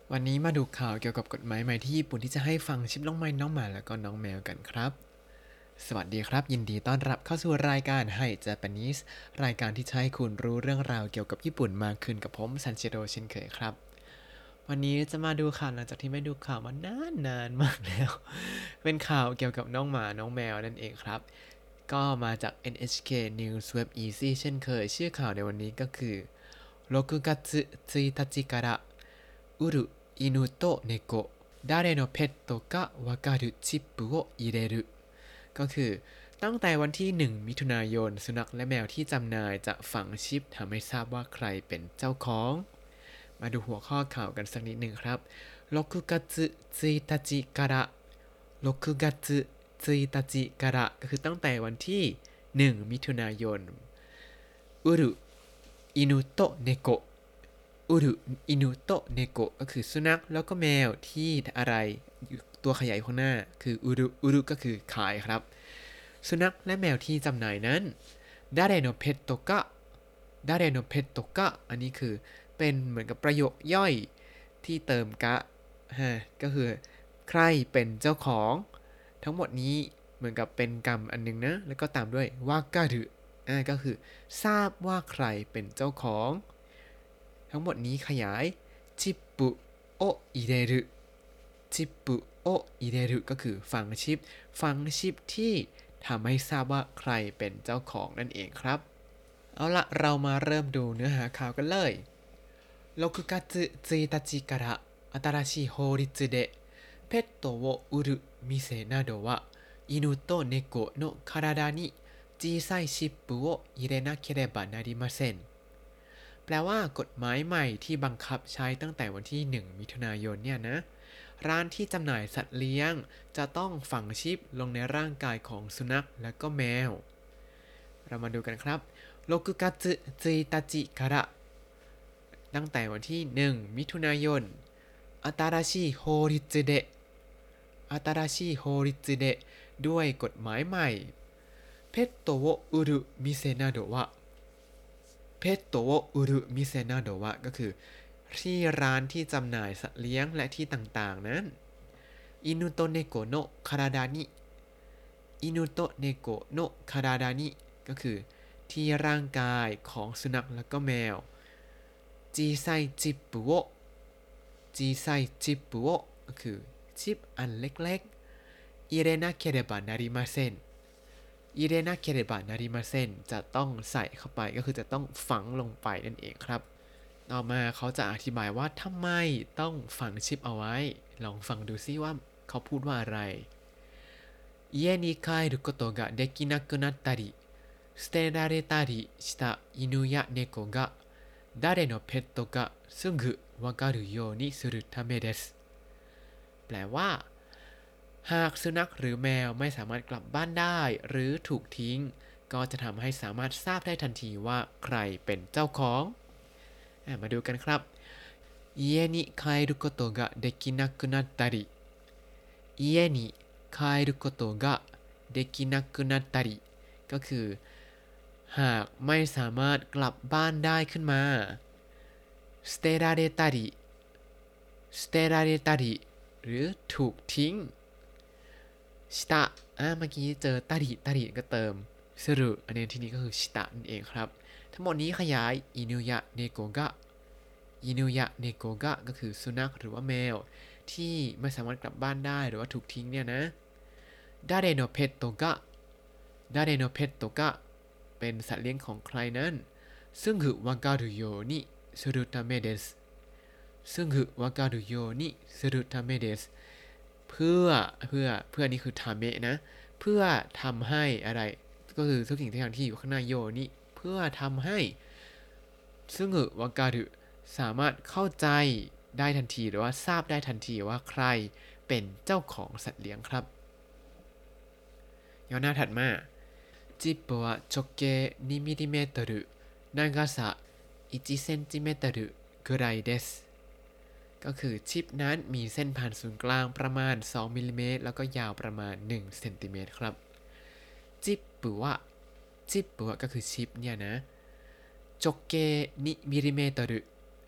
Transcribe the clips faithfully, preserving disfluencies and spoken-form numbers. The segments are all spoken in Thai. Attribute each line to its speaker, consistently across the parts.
Speaker 1: วันนี้มาดูข่าวเกี่ยวกับกฎหมายใหม่ที่ญี่ปุ่นที่จะให้ฟังชิปน้องไม้น้องหมาแล้วก็น้องแมวกันครับสวัสดีครับยินดีต้อนรับเข้าสู่รายการไฮ Japanese รายการที่จะให้คุณรู้เรื่องราวเกี่ยวกับญี่ปุ่นมากขึ้นกับผมซันชิโร่เช่นเคยครับวันนี้จะมาดูข่าวหลังจากที่ไม่ดูข่าวมานานนานมากแล้วเป็นข่าวเกี่ยวกับน้องหมาน้องแมวนั่นเองครับก็มาจาก เอ็น เอช เค News Web Easy เช่นเคยชื่อข่าวในวันนี้ก็คือろくがつついたちから売る犬と猫誰のペットかわかるチップを入れるก็คือตั้งแต่วันที่หนึ่งมิถุนายนสุนัขและแมวที่จำหน่ายจะฝังชิปทำให้ทราบว่าใครเป็นเจ้าของมาดูหัวข้อข่าวกันสักนิดหนึ่งครับろくがつついたちからろくがつついたちからก็คือตั้งแต่วันที่หนึ่งมิถุนายนอุรุอินุโตะเนโกะอุรุอินุโตะเนโกะก็คือสุนัขแล้วก็แมวที่อะไรตัวขยายข้างหน้าคืออุรุอุรุก็คือขายครับสุนัขและแมวที่จำหน่ายนั้นดาเรโนเพตโตกะดาเรโนเพตโตกะอันนี้คือเป็นเหมือนกับประโยคย่อยที่เติมกะฮะก็คือใครเป็นเจ้าของทั้งหมดนี้เหมือนกับเป็นกรรมอันนึงนะแล้วก็ตามด้วยวากาดึอ่าก็คือทราบว่าใครเป็นเจ้าของทั้งหมดนี้ขยายชิปปุโออิเดรุชิปปุโออิเดรุก็คือฝังชิปฝังชิปที่ทำให้ทราบว่าใครเป็นเจ้าของนั่นเองครับเอาละเรามาเริ่มดูเนื้อหาข่าวกันเลยろくがつついたちから新しい法律でペットを売る店などは犬と猫の体に小さいチップを入れなければなりませんแปลว่ากฎหมายใหม่ที่บังคับใช้ตั้งแต่วันที่หนึ่งมิถุนายนเนี่ยนะร้านที่จำหน่ายสัตว์เลี้ยงจะต้องฝังชิปลงในร่างกายของสุนัขและก็แมวเรามาดูกันครับろくがつついたちからตั้งแต่วันที่หนึ่งมิถุนายน新しい法律で新しい法律でด้วยกฎหมายใหม่ペットを売る店などはเพตโตะอุรุมิเซนาโดวะก็คือที่ร้านที่จำหน่ายสัตว์เลี้ยงและที่ต่างๆนั้นอินุโตเนโกโนะคาราดานิอินุโตเนโกโนะคาราดานิก็คือที่ร่างกายของสุนัขและก็แมวจีไซจิปปุโอจีไซจิปปุโอก็คือชิปอันเล็กๆอิเรนาเคเรบานาริมาเซนอิเรนาเคเรบานาริมาเซนจะต้องใส่เข้าไปก็คือจะต้องฝังลงไปนั่นเองครับต่อมาเขาจะอธิบายว่าทำไมต้องฝังชิปเอาไว้ลองฟังดูซิว่าเขาพูดว่าอะไร家に帰ることができなくなったり捨てられたりした犬や猫が誰のペットかすぐわかるようにするためですแปลว่าหากสุนัขหรือแมวไม่สามารถกลับบ้านได้หรือถูกทิ้งก็จะทำให้สามารถทราบได้ทันทีว่าใครเป็นเจ้าของมาดูกันครับ家に帰ることができなくなったり家に帰ることができなくなったりก็คือหากไม่สามารถกลับบ้านได้ขึ้นมา捨てられたり捨てられたりหรือถูกทิ้งชิตะอ่าเมื่อกี้เจอตาริตาริก็เติมสรุอันนี้ที่นี้ก็คือชิตะนั่นเองครับทั้งหมดนี้ขยายอินุยะเนโกกะอินุยะเนโกกะก็คือสุนัขหรือว่าแมวที่ไม่สามารถกลับบ้านได้หรือว่าถูกทิ้งเนี่ยนะดาเรโนเพตโตกะดาเรโนเพตโตกะเป็นสัตว์เลี้ยงของใครนั้นซึ่งคือวาการุโยนิสุรุตาเมเดสซึ่งคือวาการุโยนิสุรุตาเมเดสเพื่อเพื่อเพื่อนี่คือทาเมะนะเพื่อทำให้อะไรก็คือทุกสิ่งทุกอย่างที่อยู่ข้างหน้าโยนี่เพื่อทำให้ซึ่งวากาดุสามารถเข้าใจได้ทันทีหรือว่าทราบได้ทันทีว่าใครเป็นเจ้าของสัตว์เลี้ยงครับย่อหน้าถัดมาจิปโปะ直径にミリメートル長さいちセンチメートルぐらいですก็คือชิปนั้นมีเส้นผ่านศูนย์กลางประมาณสองมิลลิเมตรแล้วก็ยาวประมาณหนึ่งเซนติเมตรครับจิปปุวะจิปปุวะก็คือชิปเนี่ยนะจกเกนิมิลลิเมตรจ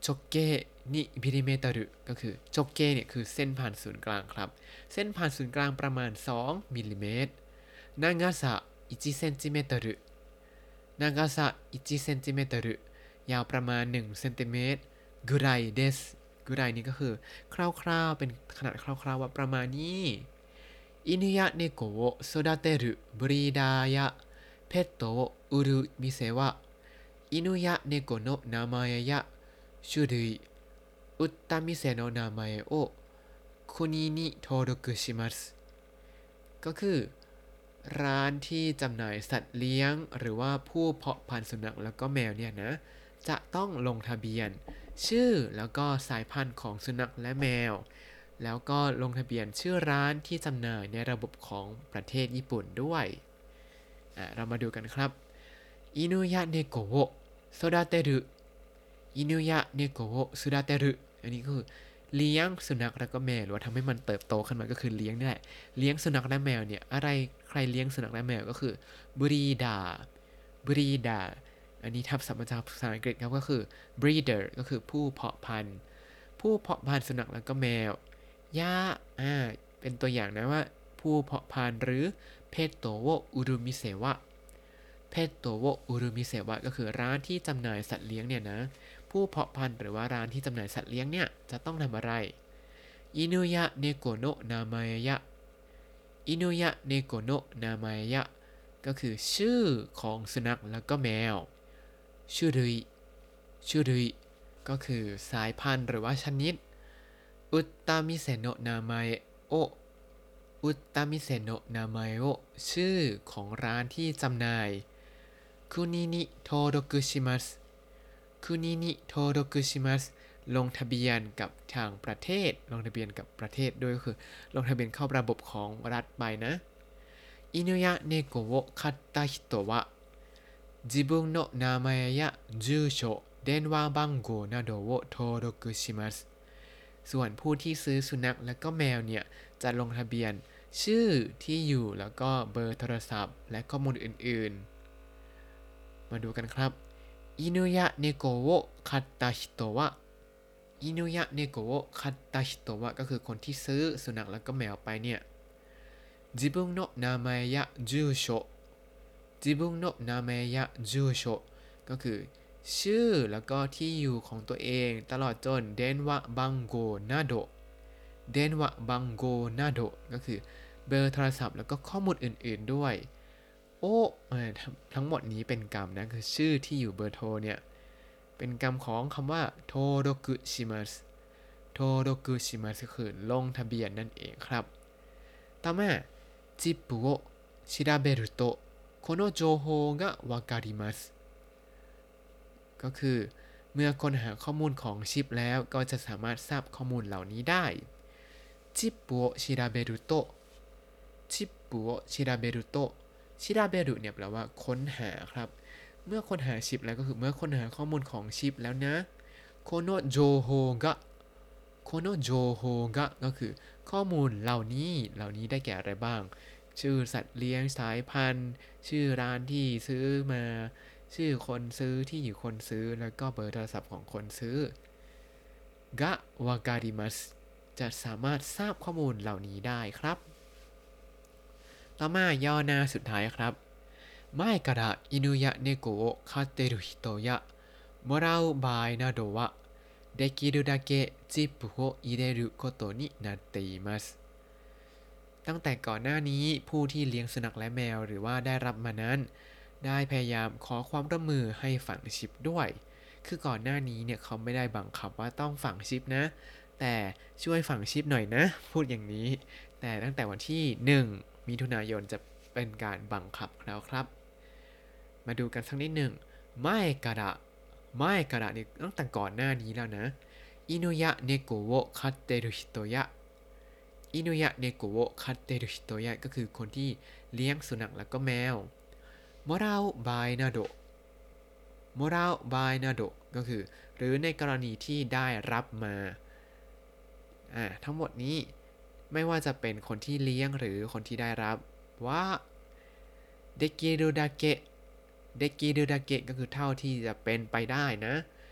Speaker 1: 直径にมิลลิเมตรก็คือ直径เนี่ยคือเส้นผ่านศูนย์กลางครับเส้นผ่านศูนย์กลางประมาณสองมิลลิเมตร長さいちเซนติเมตร長さいちเซนติเมตรยาวประมาณหนึ่งเซนติเมตรぐらいですぐらいนี่ก็คือคร่าวๆเป็นขนาดคร่าวๆว่าประมาณนี้犬や猫を育てるブリーダーやペットを売る店は犬や猫の名前や種類売った店の名前を国に登録しますก็คือร้านที่จำหน่ายสัตว์เลี้ยงหรือว่าผู้เพาะพันธุ์สุนัขแล้วก็แมวเนี่ยนะจะต้องลงทะเบียนชื่อแล้วก็สายพันธุ์ของสุนัขและแมวแล้วก็ลงทะเบียนชื่อร้านที่จำหน่ายในระบบของประเทศญี่ปุ่นด้วยอ่ะเรามาดูกันครับอินุยะเนโกะโซดาเตรุอินุยะเนโกะโซดาเตรุอันนี้คือเลี้ยงสุนัขและก็แมวหรือว่าทำให้มันเติบโตขึ้นมาก็คือเลี้ยงนี่แหละเลี้ยงสุนัขและแมวเนี่ยอะไรใครเลี้ยงสุนัขและแมวก็คือบรีดาบรีดาอันนี้ทับศัพท์มาจากภาษาอังกฤษครับก็คือ breeder ก็คือผู้เพาะพันธุ์ผู้เพาะพันธุ์สุนัขและก็แมวยะอ่าเป็นตัวอย่างนะว่าผู้เพาะพันธุ์หรือเพตโตโวอุรุมิเซวะเพตโตโวอุรุมิเซวะก็คือร้านที่จำหน่ายสัตว์เลี้ยงเนี่ยนะผู้เพาะพันธุ์หรือว่าร้านที่จำหน่ายสัตว์เลี้ยงเนี่ยจะต้องทำอะไรอินุยะเนโกโนะนามายะอินุยะเนโกโนะนามายะก็คือชื่อของสุนัขแล้วก็แมวชื่อรุยชื่อรุยก็คือสายพันธุ์หรือว่าชนิดอุตตามิเซโนะนามายโออุตตามิเซโนะนามายโอชื่อของร้านที่จำหน่ายคุนินิโทโรกุชิมัสคุนินิโทโรกุชิมัสลงทะเบียนกับทางประเทศลงทะเบียนกับประเทศด้วยก็คือลงทะเบียนเข้าระบบของรัฐไปนะอินุยะเนโกะโอคัตตาฮิโตะ自分の名前や住所電話番号などを登録しますส่วนผู้ที่ซื้อสุนัขและก็แมวเนี่ยจะลงทะเบียนชื่อที่อยู่แล้วก็เบอร์โทรศัพท์และข้อมูลอื่นๆมาดูกันครับอินุยะเนโกะโอคัตตาฮิโตะอินุยะเนโกะคัตตาฮิโตะก็คือคนที่ซื้อสุนัขแล้วก็แมวไปเนี่ย自分の名前や住所自分の名前や住所ก็คือชื่อแล้วก็ที่อยู่ของตัวเองตลอดจนเดนวะบังโกนาโดเดนวะบังโกนาโดก็คือเบอร์โทรศัพท์แล้วก็ข้อมูลอื่นๆด้วยโอ้ทั้งหมดนี้เป็นกรรมนะคือชื่อที่อยู่เบอร์โทรเนี่ยเป็นกรรมของคำว่าโทโรกุชิมัสโทโรกุชิมัสก็คือลงทะเบียนนั่นเองครับต่อมาจิปปุโอชิราเบรุโตこの情報がわかりますก็คือเมื่อค้นหาข้อมูลของชิปแล้วก็จะสามารถทราบข้อมูลเหล่านี้ได้ชิปปุโอชิราเบรุโตชิปปุโอชิราเบรุโตชิราเบรุเนี่ยแปลว่าค้นหาครับเมื่อค้นหาชิปแล้วก็คือเมื่อค้นหาข้อมูลของชิปแล้วนะโคโนโจโฮกะโคโนโจโฮกะก็คือข้อมูลเหล่านี้เหล่านี้ได้แก่อะไรบ้างชื่อสัตว์เลี้ยงสายพันธุ์ชื่อร้านที่ซื้อมาชื่อคนซื้อที่อยู่คนซื้อแล้วก็เบอร์โทรศัพท์ของคนซื้อกะวาการิมัสจะสามารถทราบข้อมูลเหล่านี้ได้ครับต่อมาย่อหน้าสุดท้ายครับ前から犬や猫を飼っている人やもらう場合などはできるだけチップを入れることになっていますตั้งแต่ก่อนหน้านี้ผู้ที่เลี้ยงสุนัขและแมวหรือว่าได้รับมานั้นได้พยายามขอความร่วมมือให้ฝังชิปด้วยคือก่อนหน้านี้เนี่ยเขาไม่ได้บังคับว่าต้องฝังชิปนะแต่ช่วยฝังชิปหน่อยนะพูดอย่างนี้แต่ตั้งแต่วันที่หนึ่งมิถุนายนจะเป็นการบังคับแล้วครับมาดูกันสักนิดหนึ่งไม่กระไม่กระนี่ตั้งแต่ก่อนหน้านี้แล้วนะอินุยะเนโกะโอคัตเตรุฮิโตยะอินุยะเนโกะโอคัตเตรุฮิโตยะก็คือคนที่เลี้ยงสุนัขแล้วก็แมวโมราบายนาโดโมราบายนาโดก็คือหรือในกรณีที่ได้รับมาอ่าทั้งหมดนี้ไม่ว่าจะเป็นคนที่เลี้ยงหรือคนที่ได้รับว่าเดกิรุดาเกะเดกิรุดาเกะก็คือเท่าที่จะเป็นไปได้นะ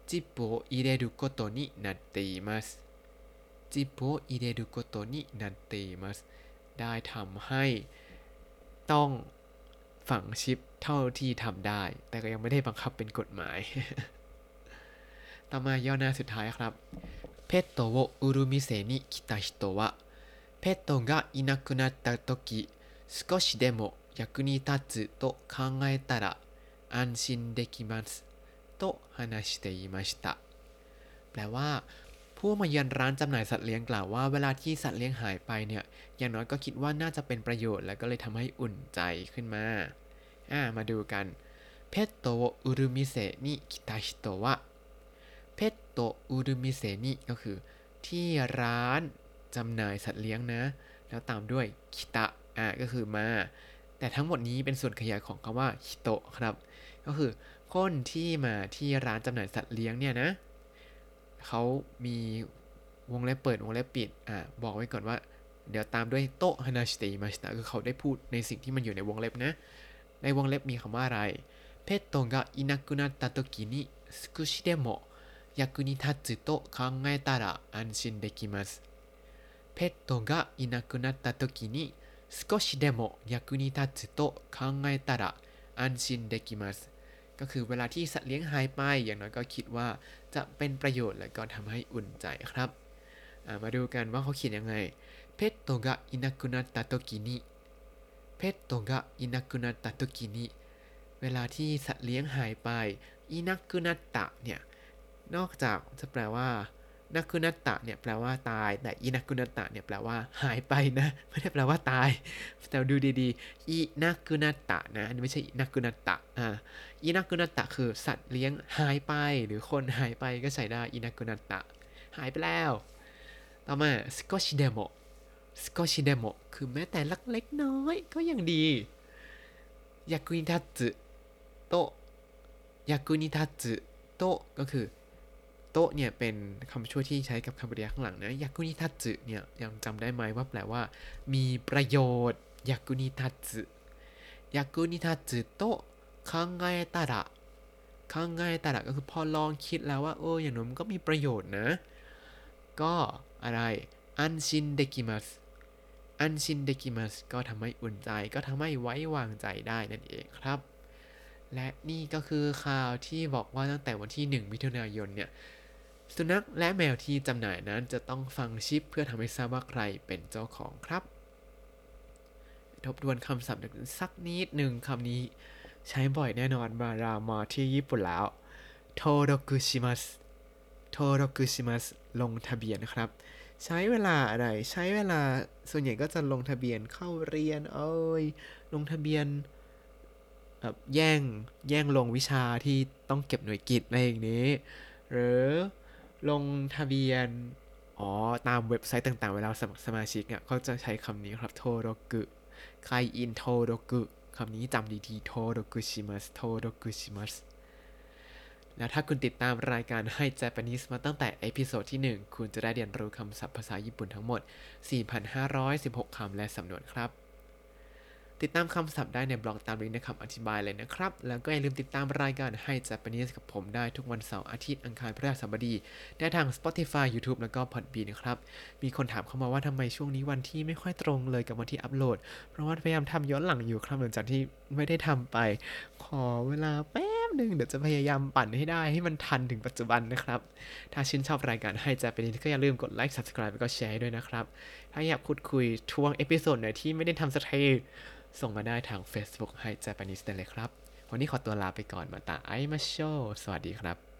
Speaker 1: ジップを入れることになっていますジップを入れることになっていますได้ทำให้ต้องฝังชิปเท่าที่ทำได้แต่ก็ยังไม่ได้บังคับเป็นกฎหมาย ต่อมาย่อหน้าสุดท้ายครับペットを売る店に来た人はペットがいなくなった時少しでも役に立つと考えたら安心できますと話していましたแปลว่าผู้มาเยือนร้านจำหน่ายสัตว์เลี้ยงกล่าวว่าเวลาที่สัตว์เลี้ยงหายไปเนี่ยอย่างน้อยก็คิดว่าน่าจะเป็นประโยชน์และก็เลยทำให้อุ่นใจขึ้นมาอ่ามาดูกันペットを売る店に来た人はเพตโตอุรุมิเซนิก็คือที่ร้านจำหน่ายสัตว์เลี้ยงนะแล้วตามด้วยคิตะอ่ะก็คือมาแต่ทั้งหมดนี้เป็นส่วนขยายของคำว่าฮิโตะครับก็คือคนที่มาที่ร้านจำหน่ายสัตว์เลี้ยงเนี่ยนะเขามีวงเล็บเปิดวงเล็บปิดอ่ะบอกไว้ก่อนว่าเดี๋ยวตามด้วยโตฮานาชิเตะมาชิตะคือเขาได้พูดในสิ่งที่มันอยู่ในวงเล็บนะในวงเล็บมีคำว่าอะไรเพตโตがいなくなった時に少しでも役に立つと考えたら安心できますペットがいなくなった時に少しでも役に立つと考えたら安心できますก็คือเวลาที่สัตว์เลี้ยงหายไปอย่างน้อยก็คิดว่าจะเป็นประโยชน์และก็ทำให้อุ่นใจครับมาดูกันว่าเขาเขียนยังไงペットがいなくなった時にペットがいなくなった時にเวลาที่สัตว์เลี้ยงหายไปอินักกุนัตตะเนี่ยนอกจากจะแปลว่านักกุนัตตะเนี่ยแปลว่าตายแต่อินักกุนัตตะเนี่ยแปลว่าหายไปนะไม่ได้แปลว่าตายแต่ดูดีๆอินักกุนัตตะนะอันนี้ไม่ใช่อินักกุนัตตะอ่าอินักกุนัตตะคือสัตว์เลี้ยงหายไปหรือคนหายไปก็ใช้ได้อินักกุนัตตะหายไปแล้วต่อมาสกอชิเดโมสกอชิเดโมคือแม้แต่เล็กๆน้อยก็ยังดียากุนิทัตสึโตยากุนิทัตสึโตก็คือโตเนี่ยเป็นคำช่วยที่ใช้กับคำกริยาข้างหลังนะยากุนิทัตสึเนี่ยยังจำได้ไหมว่าแปลว่ามีประโยชน์ยากุนิทัตสึยากุนิทัตสึโตคังไงตาระคังไงตาระก็คือพอลองคิดแล้วว่าเอออย่างนั้นมันก็มีประโยชน์นะก็อะไรอันชินเดกิมัสอันชินเดกิมัสก็ทำให้อุ่นใจก็ทำให้ไว้วางใจได้นั่นเองครับและนี่ก็คือข่าวที่บอกว่าตั้งแต่วันที่หนึ่งมิถุนายนเนี่ยสุนัขและแมวที่จำหน่ายนั้นจะต้องฟังชิปเพื่อทำให้ทราบว่าใครเป็นเจ้าของครับทบทวนคำศัพท์สักนิดหนึ่งคำนี้ใช้บ่อยแน่นอนมารามาที่ญี่ปุ่นแล้วโทโรกุชิมัสโทโรกุชิมัสลงทะเบียนครับใช้เวลาอะไรใช้เวลาส่วนใหญ่ก็จะลงทะเบียนเข้าเรียนเอ้ยลงทะเบียนแบบแย่งแย่งลงวิชาที่ต้องเก็บหน่วยกิตอะไรอย่างนี้หรือลงทะเบียนอ๋อตามเว็บไซต์ต่างๆเวลาสมัครสมาชิกเนี่ยเขาจะใช้คำนี้ครับโทโรกุไคอินโทโรกุคำนี้จำดีๆโทโรกุชิมัสโทโรกุชิมัสแล้วถ้าคุณติดตามรายการให้ Japanese มาตั้งแต่เอพิโซดที่หนึ่งคุณจะได้เรียนรู้คำศัพท์ภาษาญี่ปุ่นทั้งหมด สี่พันห้าร้อยสิบหก คำและสำนวนครับติดตามคำศัพท์ได้ในบล็อกตามลิงก์ในคำอธิบายเลยนะครับแล้วก็อย่าลืมติดตามรายการให้ Japanese กับผมได้ทุกวันเสาร์อาทิตย์อังคารพฤหัสบดีได้ทาง Spotify YouTube แล้วก็ Podbean นะครับมีคนถามเข้ามาว่าทำไมช่วงนี้วันที่ไม่ค่อยตรงเลยกับวันที่อัปโหลดเพราะว่าพยายามทำย้อนหลังอยู่ครับหลังจากที่ไม่ได้ทำไปขอเวลาแป๊บนึงเดี๋ยวจะพยายามปั่นให้ได้ให้มันทันถึงปัจจุบันนะครับถ้าชื่นชอบรายการให้ Japanese ก็อย่าลืมกดไลค์ Subscribe แล้วก็แชร์ให้ด้วยนะครับถ้าอยากพูดคุยทวงเอพิโซดไหนที่ไม่ได้ทำสักทีส่งมาได้ทาง Facebook ให้ Japanese ได้เลยครับวันนี้ขอตัวลาไปก่อนมาตาไอมาโชสวัสดีครับ